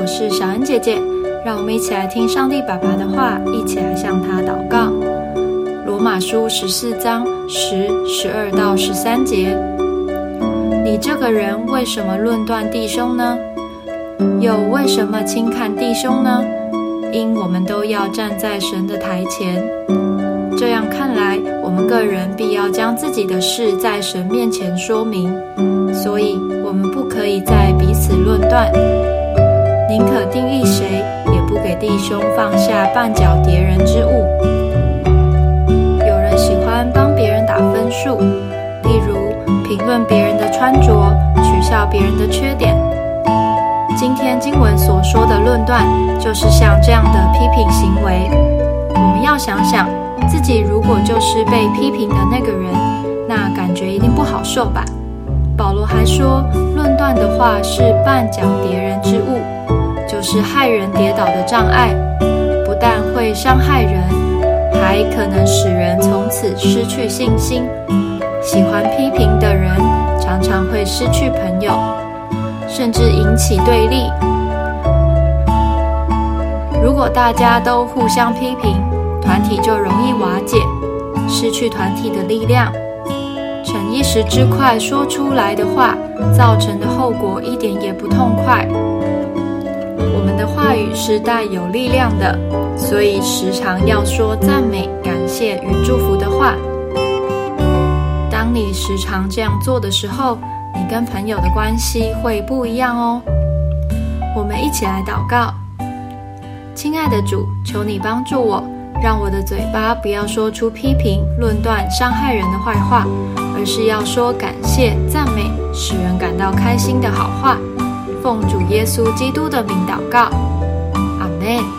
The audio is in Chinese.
我是小恩姐姐，让我们一起来听上帝爸爸的话，一起来向他祷告。罗马书14章10、12到13节，你这个人为什么论断弟兄呢？又为什么轻看弟兄呢？因我们都要站在神的台前。这样看来，我们个人必要将自己的事在神面前说明，所以我们不可以再彼此论断，宁可定义谁，也不给弟兄放下绊脚跌人之物。有人喜欢帮别人打分数，例如评论别人的穿着，取笑别人的缺点。今天经文所说的论断，就是像这样的批评行为。我们要想想，自己如果就是被批评的那个人，那感觉一定不好受吧。保罗还说，论断的话是绊脚跌人之物，就是害人跌倒的障碍，不但会伤害人，还可能使人从此失去信心。喜欢批评的人常常会失去朋友，甚至引起对立。如果大家都互相批评，团体就容易瓦解，失去团体的力量。逞一时之快说出来的话，造成的后果一点也不痛快。我们的话语是带有力量的，所以时常要说赞美、感谢与祝福的话。当你时常这样做的时候，你跟朋友的关系会不一样哦。我们一起来祷告。亲爱的主，求你帮助我，让我的嘴巴不要说出批评、论断、伤害人的坏话，而是要说感谢、赞美，使人感到开心的好话。奉主耶稣基督的名祷告，阿们。